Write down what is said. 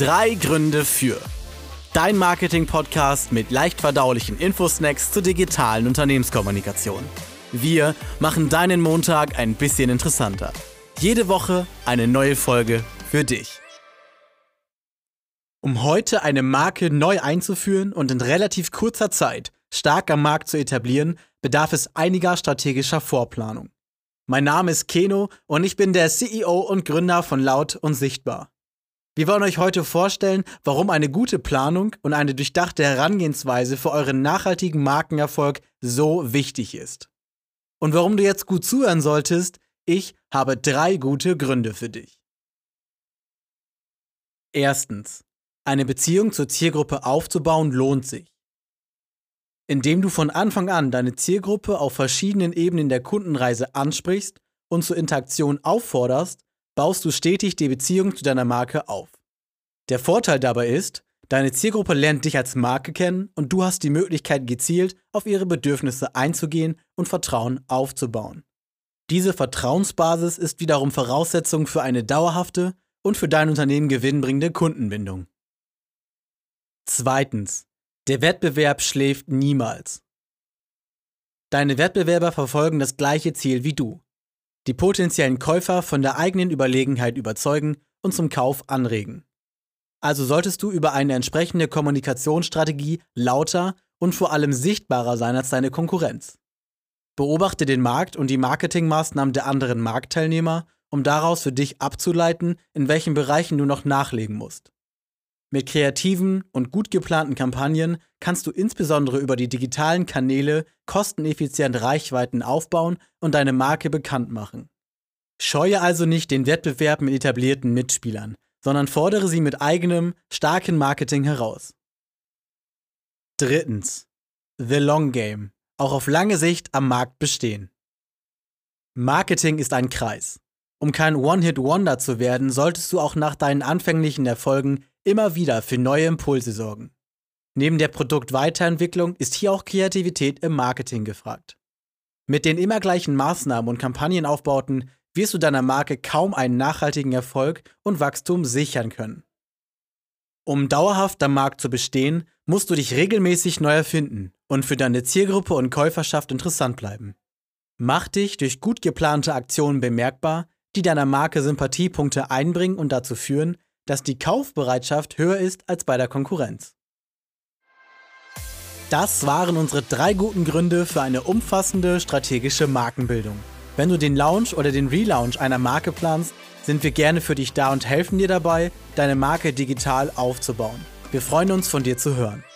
3 Gründe für. Dein Marketing-Podcast mit leicht verdaulichen Infosnacks zur digitalen Unternehmenskommunikation. Wir machen deinen Montag ein bisschen interessanter. Jede Woche eine neue Folge für dich. Um heute eine Marke neu einzuführen und in relativ kurzer Zeit stark am Markt zu etablieren, bedarf es einiger strategischer Vorplanung. Mein Name ist Keno und ich bin der CEO und Gründer von Laut und Sichtbar. Wir wollen euch heute vorstellen, warum eine gute Planung und eine durchdachte Herangehensweise für euren nachhaltigen Markenerfolg so wichtig ist. Und warum du jetzt gut zuhören solltest, ich habe 3 gute Gründe für dich. Erstens. Eine Beziehung zur Zielgruppe aufzubauen lohnt sich. Indem du von Anfang an deine Zielgruppe auf verschiedenen Ebenen der Kundenreise ansprichst und zur Interaktion aufforderst, baust du stetig die Beziehung zu deiner Marke auf. Der Vorteil dabei ist, deine Zielgruppe lernt dich als Marke kennen und du hast die Möglichkeit, gezielt auf ihre Bedürfnisse einzugehen und Vertrauen aufzubauen. Diese Vertrauensbasis ist wiederum Voraussetzung für eine dauerhafte und für dein Unternehmen gewinnbringende Kundenbindung. Zweitens. Der Wettbewerb schläft niemals. Deine Wettbewerber verfolgen das gleiche Ziel wie du. Die potenziellen Käufer von der eigenen Überlegenheit überzeugen und zum Kauf anregen. Also solltest du über eine entsprechende Kommunikationsstrategie lauter und vor allem sichtbarer sein als deine Konkurrenz. Beobachte den Markt und die Marketingmaßnahmen der anderen Marktteilnehmer, um daraus für dich abzuleiten, in welchen Bereichen du noch nachlegen musst. Mit kreativen und gut geplanten Kampagnen kannst du insbesondere über die digitalen Kanäle kosteneffizient Reichweiten aufbauen und deine Marke bekannt machen. Scheue also nicht den Wettbewerb mit etablierten Mitspielern, sondern fordere sie mit eigenem, starken Marketing heraus. Drittens. The Long Game. Auch auf lange Sicht am Markt bestehen. Marketing ist ein Kreis. Um kein One-Hit-Wonder zu werden, solltest du auch nach deinen anfänglichen Erfolgen immer wieder für neue Impulse sorgen. Neben der Produktweiterentwicklung ist hier auch Kreativität im Marketing gefragt. Mit den immer gleichen Maßnahmen und Kampagnenaufbauten wirst du deiner Marke kaum einen nachhaltigen Erfolg und Wachstum sichern können. Um dauerhaft am Markt zu bestehen, musst du dich regelmäßig neu erfinden und für deine Zielgruppe und Käuferschaft interessant bleiben. Mach dich durch gut geplante Aktionen bemerkbar, die deiner Marke Sympathiepunkte einbringen und dazu führen, dass die Kaufbereitschaft höher ist als bei der Konkurrenz. Das waren unsere 3 guten Gründe für eine umfassende strategische Markenbildung. Wenn du den Launch oder den Relaunch einer Marke planst, sind wir gerne für dich da und helfen dir dabei, deine Marke digital aufzubauen. Wir freuen uns, von dir zu hören.